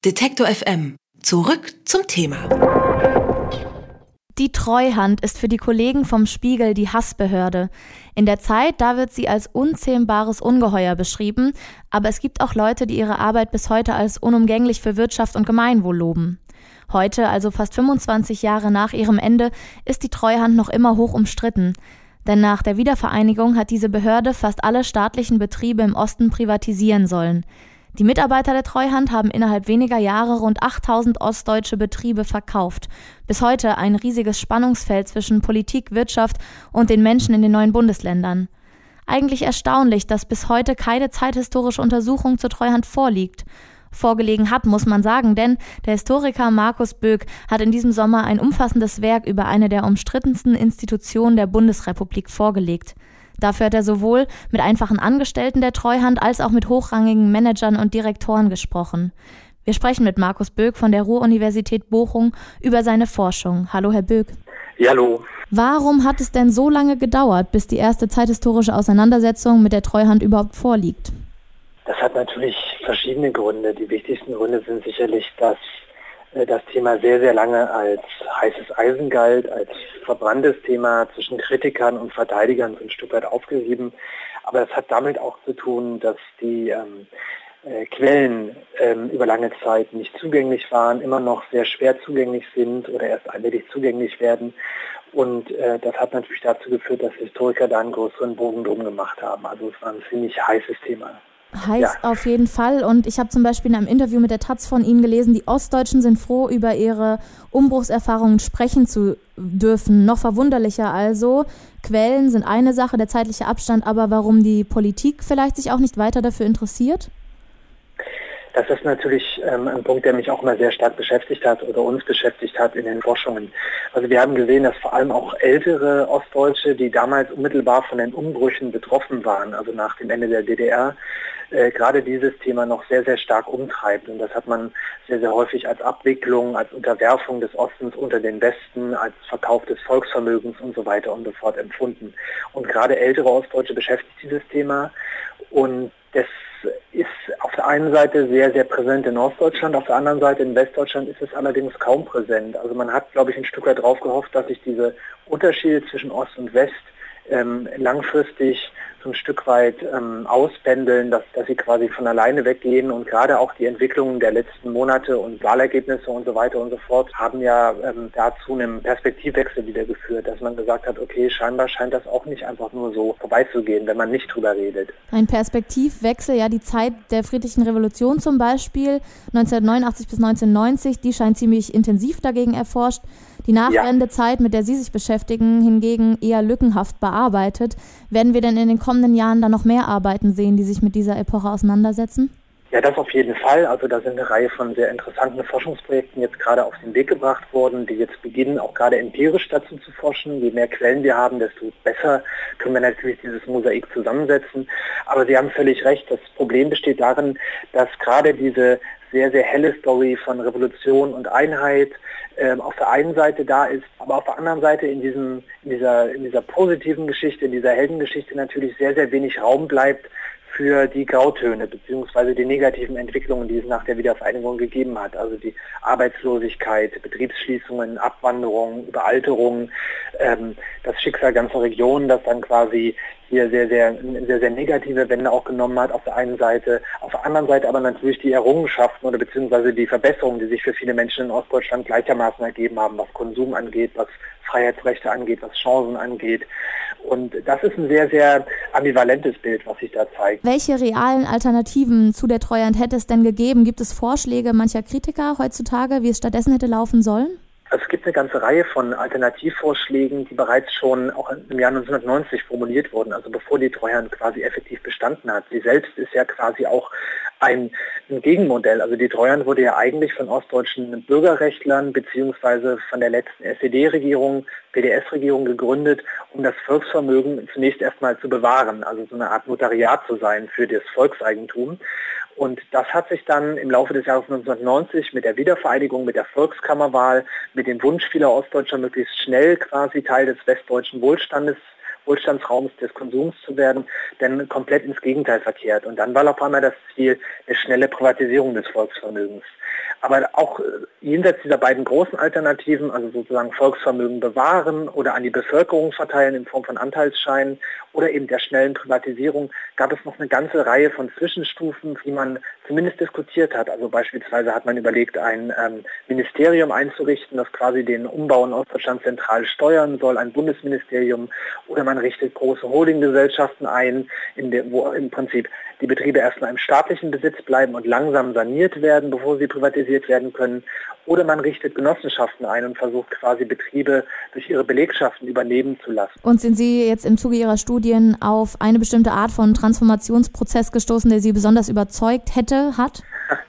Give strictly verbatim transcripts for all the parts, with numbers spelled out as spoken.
Detektor F M. Zurück zum Thema. Die Treuhand ist für die Kollegen vom Spiegel die Hassbehörde. In der Zeit, da wird sie als unzähmbares Ungeheuer beschrieben, aber es gibt auch Leute, die ihre Arbeit bis heute als unumgänglich für Wirtschaft und Gemeinwohl loben. Heute, also fast fünfundzwanzig Jahre nach ihrem Ende, ist die Treuhand noch immer hoch umstritten. Denn nach der Wiedervereinigung hat diese Behörde fast alle staatlichen Betriebe im Osten privatisieren sollen. Die Mitarbeiter der Treuhand haben innerhalb weniger Jahre rund achttausend ostdeutsche Betriebe verkauft. Bis heute ein riesiges Spannungsfeld zwischen Politik, Wirtschaft und den Menschen in den neuen Bundesländern. Eigentlich erstaunlich, dass bis heute keine zeithistorische Untersuchung zur Treuhand vorliegt. Vorgelegen hat, muss man sagen, denn der Historiker Markus Böck hat in diesem Sommer ein umfassendes Werk über eine der umstrittensten Institutionen der Bundesrepublik vorgelegt. Dafür hat er sowohl mit einfachen Angestellten der Treuhand als auch mit hochrangigen Managern und Direktoren gesprochen. Wir sprechen mit Markus Böck von der Ruhr-Universität Bochum über seine Forschung. Hallo, Herr Böck. Ja, hallo. Warum hat es denn so lange gedauert, bis die erste zeithistorische Auseinandersetzung mit der Treuhand überhaupt vorliegt? Das hat natürlich verschiedene Gründe. Die wichtigsten Gründe sind sicherlich, dass das Thema sehr, sehr lange als heißes Eisen galt, als verbranntes Thema zwischen Kritikern und Verteidigern so ein Stück weit aufgerieben. Aber es hat damit auch zu tun, dass die ähm, äh, Quellen ähm, über lange Zeit nicht zugänglich waren, immer noch sehr schwer zugänglich sind oder erst allmählich zugänglich werden. Und äh, das hat natürlich dazu geführt, dass Historiker da einen größeren Bogen drum gemacht haben. Also es war ein ziemlich heißes Thema. Heiß ja. Auf jeden Fall. Und ich habe zum Beispiel in einem Interview mit der Taz von Ihnen gelesen, die Ostdeutschen sind froh, über ihre Umbruchserfahrungen sprechen zu dürfen. Noch verwunderlicher also. Quellen sind eine Sache, der zeitliche Abstand, aber warum die Politik vielleicht sich auch nicht weiter dafür interessiert? Das ist natürlich ähm, ein Punkt, der mich auch immer sehr stark beschäftigt hat oder uns beschäftigt hat in den Forschungen. Also wir haben gesehen, dass vor allem auch ältere Ostdeutsche, die damals unmittelbar von den Umbrüchen betroffen waren, also nach dem Ende der D D R, äh, gerade dieses Thema noch sehr, sehr stark umtreibt. Und das hat man sehr, sehr häufig als Abwicklung, als Unterwerfung des Ostens unter den Westen, als Verkauf des Volksvermögens und so weiter und so fort empfunden. Und gerade ältere Ostdeutsche beschäftigt dieses Thema und das ist auf der einen Seite sehr, sehr präsent in Ostdeutschland, auf der anderen Seite in Westdeutschland ist es allerdings kaum präsent. Also man hat, glaube ich, ein Stück weit drauf gehofft, dass sich diese Unterschiede zwischen Ost und West ähm, langfristig so ein Stück weit ähm, auspendeln, dass, dass sie quasi von alleine weggehen und gerade auch die Entwicklungen der letzten Monate und Wahlergebnisse und so weiter und so fort haben ja ähm, dazu einen Perspektivwechsel wieder geführt, dass man gesagt hat, okay, scheinbar scheint das auch nicht einfach nur so vorbeizugehen, wenn man nicht drüber redet. Ein Perspektivwechsel, ja, die Zeit der friedlichen Revolution zum Beispiel, neunzehnhundertneunundachtzig bis neunzehnhundertneunzig, die scheint ziemlich intensiv dagegen erforscht. Die Nachwendezeit, ja, mit der Sie sich beschäftigen, hingegen eher lückenhaft bearbeitet. Werden wir denn in den kommenden Jahren dann noch mehr Arbeiten sehen, die sich mit dieser Epoche auseinandersetzen? Ja, das auf jeden Fall. Also da sind eine Reihe von sehr interessanten Forschungsprojekten jetzt gerade auf den Weg gebracht worden, die jetzt beginnen, auch gerade empirisch dazu zu forschen. Je mehr Quellen wir haben, desto besser können wir natürlich dieses Mosaik zusammensetzen. Aber Sie haben völlig recht, das Problem besteht darin, dass gerade diese sehr, sehr helle Story von Revolution und Einheit ähm, auf der einen Seite da ist, aber auf der anderen Seite in, diesem, in, dieser, in dieser positiven Geschichte, in dieser Heldengeschichte natürlich sehr, sehr wenig Raum bleibt für die Grautöne bzw. die negativen Entwicklungen, die es nach der Wiedervereinigung gegeben hat. Also die Arbeitslosigkeit, Betriebsschließungen, Abwanderung, Überalterung, ähm, das Schicksal ganzer Regionen, das dann quasi hier sehr, sehr, sehr, sehr negative Wende auch genommen hat auf der einen Seite. Auf der anderen Seite aber natürlich die Errungenschaften oder beziehungsweise die Verbesserungen, die sich für viele Menschen in Ostdeutschland gleichermaßen ergeben haben, was Konsum angeht, was Freiheitsrechte angeht, was Chancen angeht. Und das ist ein sehr, sehr ambivalentes Bild, was sich da zeigt. Welche realen Alternativen zu der Treuhand hätte es denn gegeben? Gibt es Vorschläge mancher Kritiker heutzutage, wie es stattdessen hätte laufen sollen? Also es gibt eine ganze Reihe von Alternativvorschlägen, die bereits schon auch im Jahr neunzehnhundertneunzig formuliert wurden, also bevor die Treuhand quasi effektiv bestanden hat. Sie selbst ist ja quasi auch ein, ein Gegenmodell. Also die Treuhand wurde ja eigentlich von ostdeutschen Bürgerrechtlern beziehungsweise von der letzten S E D-Regierung, P D S-Regierung gegründet, um das Volksvermögen zunächst erstmal zu bewahren, also so eine Art Notariat zu sein für das Volkseigentum. Und das hat sich dann im Laufe des Jahres neunzehnhundertneunzig mit der Wiedervereinigung, mit der Volkskammerwahl, mit dem Wunsch vieler Ostdeutscher möglichst schnell quasi Teil des westdeutschen Wohlstandes Wohlstandsraums des Konsums zu werden, denn komplett ins Gegenteil verkehrt. Und dann war auf einmal das Ziel eine schnelle Privatisierung des Volksvermögens. Aber auch jenseits dieser beiden großen Alternativen, also sozusagen Volksvermögen bewahren oder an die Bevölkerung verteilen in Form von Anteilsscheinen oder eben der schnellen Privatisierung, gab es noch eine ganze Reihe von Zwischenstufen, die man zumindest diskutiert hat. Also beispielsweise hat man überlegt, ein ähm, Ministerium einzurichten, das quasi den Umbau in Ostdeutschland zentral steuern soll, ein Bundesministerium, oder man richtet große Holdinggesellschaften ein, in der, wo im Prinzip die Betriebe erstmal im staatlichen Besitz bleiben und langsam saniert werden, bevor sie privatisiert werden können. Oder man richtet Genossenschaften ein und versucht quasi Betriebe durch ihre Belegschaften übernehmen zu lassen. Und sind Sie jetzt im Zuge Ihrer Studien auf eine bestimmte Art von Transformationsprozess gestoßen, der Sie besonders überzeugt hätte, hat?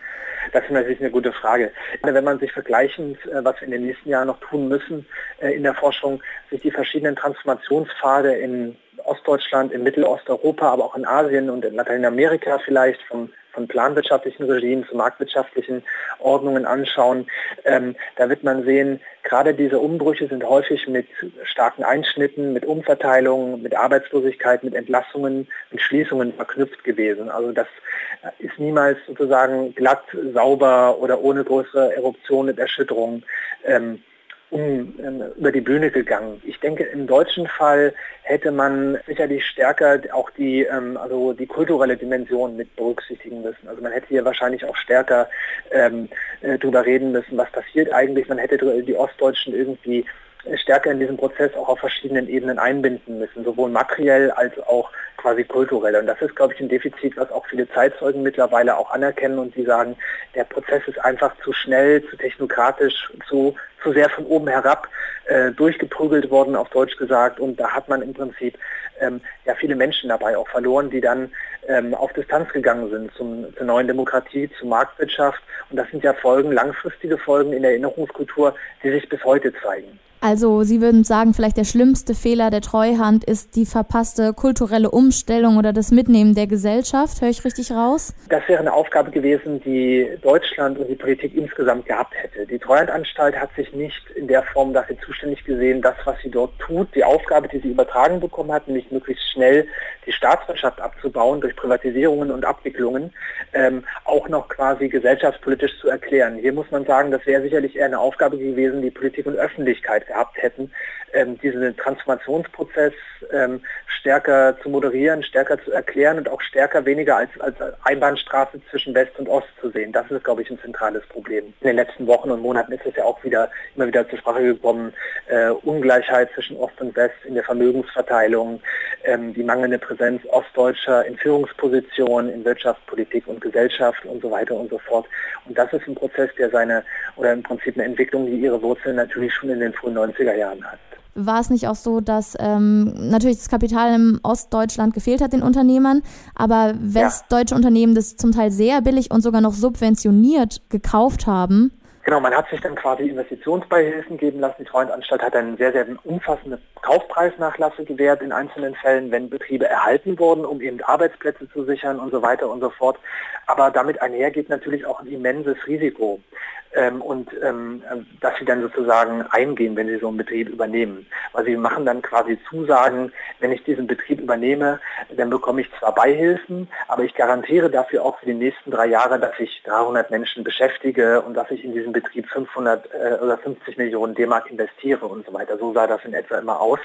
Das ist natürlich eine gute Frage. Wenn man sich vergleichen, was wir in den nächsten Jahren noch tun müssen in der Forschung, sich die verschiedenen Transformationspfade in Ostdeutschland, in Mittelosteuropa, aber auch in Asien und in Lateinamerika vielleicht vom von planwirtschaftlichen Regimen zu marktwirtschaftlichen Ordnungen anschauen, ähm, da wird man sehen, gerade diese Umbrüche sind häufig mit starken Einschnitten, mit Umverteilungen, mit Arbeitslosigkeit, mit Entlassungen, mit Schließungen verknüpft gewesen. Also das ist niemals sozusagen glatt, sauber oder ohne größere Eruptionen und Erschütterungen ähm, um, ähm, über die Bühne gegangen. Ich denke, im deutschen Fall hätte man sicherlich stärker auch die, ähm, also die kulturelle Dimension mit berücksichtigen müssen. Also man hätte hier wahrscheinlich auch stärker ähm, äh, drüber reden müssen, was passiert eigentlich. Man hätte die Ostdeutschen irgendwie stärker in diesen Prozess auch auf verschiedenen Ebenen einbinden müssen, sowohl materiell als auch quasi kulturell. Und das ist, glaube ich, ein Defizit, was auch viele Zeitzeugen mittlerweile auch anerkennen und die sagen, der Prozess ist einfach zu schnell, zu technokratisch, zu, zu sehr von oben herab äh, durchgeprügelt worden, auf Deutsch gesagt. Und da hat man im Prinzip ähm, ja viele Menschen dabei auch verloren, die dann ähm, auf Distanz gegangen sind zum, zur neuen Demokratie, zur Marktwirtschaft. Und das sind ja Folgen, langfristige Folgen in der Erinnerungskultur, die sich bis heute zeigen. Also Sie würden sagen, vielleicht der schlimmste Fehler der Treuhand ist die verpasste kulturelle Umstellung oder das Mitnehmen der Gesellschaft. Höre ich richtig raus? Das wäre eine Aufgabe gewesen, die Deutschland und die Politik insgesamt gehabt hätte. Die Treuhandanstalt hat sich nicht in der Form dafür zuständig gesehen, das, was sie dort tut, die Aufgabe, die sie übertragen bekommen hat, nämlich möglichst schnell die Staatswirtschaft abzubauen durch Privatisierungen und Abwicklungen, ähm, auch noch quasi gesellschaftspolitisch zu erklären. Hier muss man sagen, das wäre sicherlich eher eine Aufgabe gewesen, die Politik und Öffentlichkeit gehabt hätten, ähm, diesen Transformationsprozess ähm, stärker zu moderieren, stärker zu erklären und auch stärker weniger als, als Einbahnstraße zwischen West und Ost zu sehen. Das ist, glaube ich, ein zentrales Problem. In den letzten Wochen und Monaten ist es ja auch wieder immer wieder zur Sprache gekommen, äh, Ungleichheit zwischen Ost und West in der Vermögensverteilung, ähm, die mangelnde Präsenz Ostdeutscher in Führungspositionen in Wirtschaft, Politik und Gesellschaft und so weiter und so fort. Und das ist ein Prozess, der seine, oder im Prinzip eine Entwicklung, die ihre Wurzeln natürlich schon in den frühen neunziger Jahren hat. War es nicht auch so, dass ähm, natürlich das Kapital im Ostdeutschland gefehlt hat den Unternehmern, aber westdeutsche ja. Unternehmen das zum Teil sehr billig und sogar noch subventioniert gekauft haben? Genau, man hat sich dann quasi Investitionsbeihilfen geben lassen. Die Treuhandanstalt hat dann sehr, sehr umfassende Kaufpreisnachlasse gewährt in einzelnen Fällen, wenn Betriebe erhalten wurden, um eben Arbeitsplätze zu sichern und so weiter und so fort. Aber damit einher geht natürlich auch ein immenses Risiko. Ähm, und ähm, dass sie dann sozusagen eingehen, wenn sie so einen Betrieb übernehmen. Weil sie machen dann quasi Zusagen, wenn ich diesen Betrieb übernehme, dann bekomme ich zwar Beihilfen, aber ich garantiere dafür auch für die nächsten drei Jahre, dass ich dreihundert Menschen beschäftige und dass ich in diesen Betrieb fünfhundert äh, oder fünfzig Millionen D-Mark investiere und so weiter. So sah das in etwa immer aus.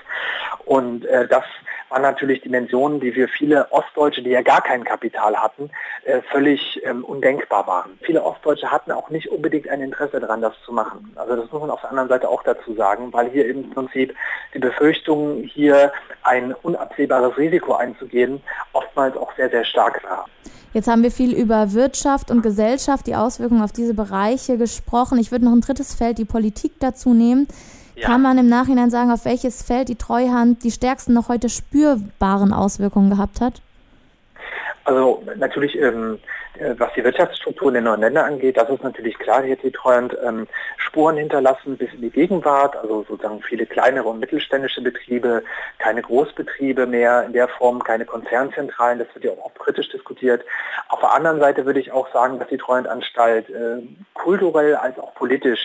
Und äh, das waren natürlich Dimensionen, die für viele Ostdeutsche, die ja gar kein Kapital hatten, äh, völlig ähm, undenkbar waren. Viele Ostdeutsche hatten auch nicht unbedingt ein Interesse daran, das zu machen. Also das muss man auf der anderen Seite auch dazu sagen, weil hier im Prinzip die Befürchtung, hier ein unabsehbares Risiko einzugehen, oftmals auch sehr, sehr stark war. Jetzt haben wir viel über Wirtschaft und Gesellschaft, die Auswirkungen auf diese Bereiche gesprochen. Ich würde noch ein drittes Feld, die Politik, dazu nehmen. Ja. Kann man im Nachhinein sagen, auf welches Feld die Treuhand die stärksten noch heute spürbaren Auswirkungen gehabt hat? Also natürlich, ähm, was die Wirtschaftsstruktur in den neuen Ländern angeht, das ist natürlich klar, hier hat die Treuhand ähm, Spuren hinterlassen bis in die Gegenwart, also sozusagen viele kleinere und mittelständische Betriebe, keine Großbetriebe mehr in der Form, keine Konzernzentralen, das wird ja auch oft kritisch diskutiert. Auf der anderen Seite würde ich auch sagen, dass die Treuhandanstalt äh, kulturell als auch politisch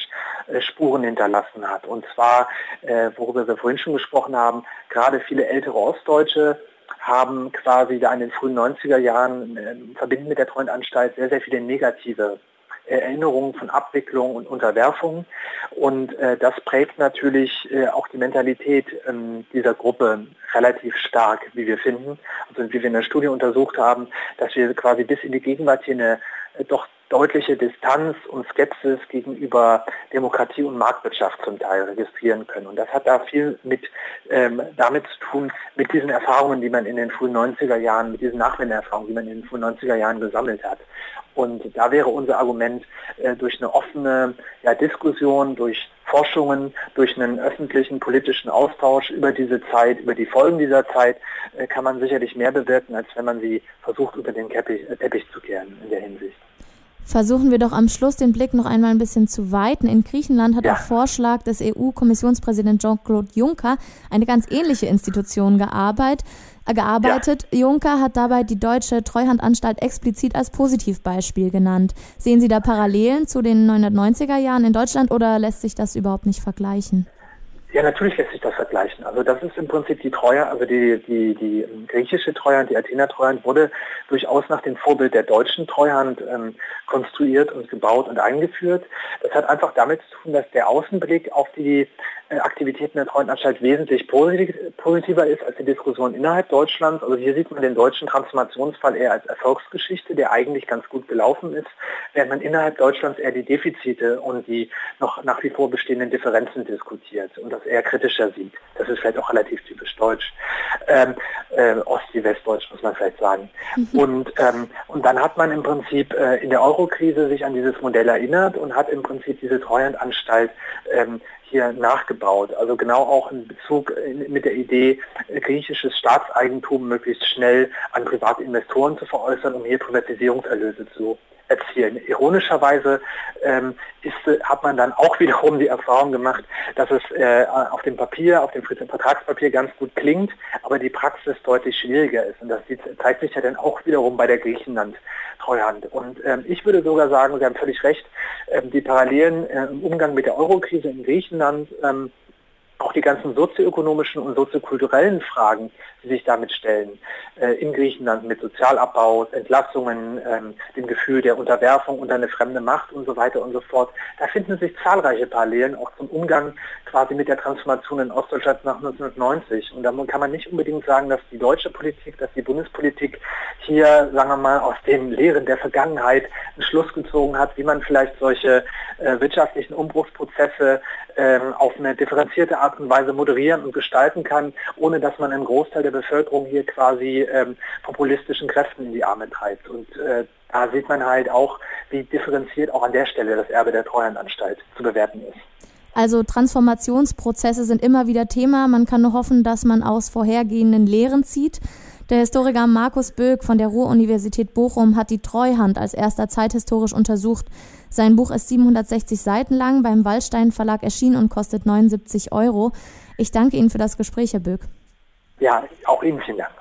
äh, Spuren hinterlassen hat. Und zwar, äh, worüber wir vorhin schon gesprochen haben, gerade viele ältere Ostdeutsche haben quasi da in den frühen neunziger Jahren äh, verbinden mit der Treuhandanstalt sehr, sehr viele negative Erinnerungen von Abwicklung und Unterwerfung. Und äh, das prägt natürlich äh, auch die Mentalität ähm, dieser Gruppe relativ stark, wie wir finden. Also wie wir in der Studie untersucht haben, dass wir quasi bis in die Gegenwart hier eine äh, doch deutliche Distanz und Skepsis gegenüber Demokratie und Marktwirtschaft zum Teil registrieren können. Und das hat da viel mit ähm, damit zu tun, mit diesen Erfahrungen, die man in den frühen neunziger Jahren, mit diesen Nachwendeerfahrungen, die man in den frühen neunziger Jahren gesammelt hat. Und da wäre unser Argument, äh, durch eine offene ja, Diskussion, durch Forschungen, durch einen öffentlichen politischen Austausch über diese Zeit, über die Folgen dieser Zeit, äh, kann man sicherlich mehr bewirken, als wenn man sie versucht, über den Teppich, äh, Teppich zu kehren in der Hinsicht. Versuchen wir doch am Schluss den Blick noch einmal ein bisschen zu weiten. In Griechenland hat ja. auf Vorschlag des E U-Kommissionspräsidenten Jean-Claude Juncker eine ganz ähnliche Institution gearbeitet. Äh, gearbeitet. Ja. Juncker hat dabei die Deutsche Treuhandanstalt explizit als Positivbeispiel genannt. Sehen Sie da Parallelen zu den neunzehnhundertneunziger Jahren in Deutschland oder lässt sich das überhaupt nicht vergleichen? Ja, natürlich lässt sich das vergleichen. Also das ist im Prinzip die Treue, also die, die, die griechische Treuhand, die Athener Treuhand wurde durchaus nach dem Vorbild der deutschen Treuhand ähm, konstruiert und gebaut und eingeführt. Das hat einfach damit zu tun, dass der Außenblick auf die äh, Aktivitäten der Treuhandanstalt wesentlich positiv, positiver ist als die Diskussion innerhalb Deutschlands. Also hier sieht man den deutschen Transformationsfall eher als Erfolgsgeschichte, der eigentlich ganz gut gelaufen ist, während man innerhalb Deutschlands eher die Defizite und die noch nach wie vor bestehenden Differenzen diskutiert und das eher kritischer sieht. Das ist vielleicht auch relativ typisch deutsch. Ähm, äh, Ost- wie Westdeutsch, muss man vielleicht sagen. Mhm. Und, ähm, und dann hat man im Prinzip äh, in der Euro-Krise sich an dieses Modell erinnert und hat im Prinzip diese Treuhandanstalt ähm, hier nachgebaut. Also genau auch in Bezug in, mit der Idee, äh, griechisches Staatseigentum möglichst schnell an private Investoren zu veräußern, um hier Privatisierungserlöse zu erzielen. Ironischerweise ähm, ist, hat man dann auch wiederum die Erfahrung gemacht, dass es äh, auf dem Papier, auf dem Vertragspapier ganz gut klingt, aber die Praxis deutlich schwieriger ist. Und das zeigt sich ja dann auch wiederum bei der Griechenland-Treuhand. Und ähm, ich würde sogar sagen, Sie haben völlig recht, ähm, die Parallelen äh, im Umgang mit der Eurokrise in Griechenland, ähm, auch die ganzen sozioökonomischen und soziokulturellen Fragen, die sich damit stellen, äh, in Griechenland mit Sozialabbau, Entlassungen, ähm, dem Gefühl der Unterwerfung unter eine fremde Macht und so weiter und so fort. Da finden sich zahlreiche Parallelen auch zum Umgang quasi mit der Transformation in Ostdeutschland nach neunzehnhundertneunzig. Und da kann man nicht unbedingt sagen, dass die deutsche Politik, dass die Bundespolitik hier, sagen wir mal, aus den Lehren der Vergangenheit einen Schluss gezogen hat, wie man vielleicht solche äh, wirtschaftlichen Umbruchsprozesse ähm, auf eine differenzierte Art und Weise moderieren und gestalten kann, ohne dass man einen Großteil der Bevölkerung hier quasi ähm, populistischen Kräften in die Arme treibt. Und äh, da sieht man halt auch, wie differenziert auch an der Stelle das Erbe der Treuhandanstalt zu bewerten ist. Also Transformationsprozesse sind immer wieder Thema. Man kann nur hoffen, dass man aus vorhergehenden Lehren zieht. Der Historiker Markus Böck von der Ruhr-Universität Bochum hat die Treuhand als erster zeithistorisch untersucht. Sein Buch ist siebenhundertsechzig Seiten lang, beim Wallstein Verlag erschienen und kostet neunundsiebzig Euro. Ich danke Ihnen für das Gespräch, Herr Böck. Ja, auch Ihnen vielen Dank.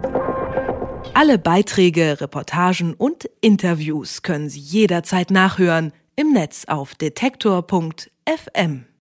Alle Beiträge, Reportagen und Interviews können Sie jederzeit nachhören im Netz auf detektor punkt f m.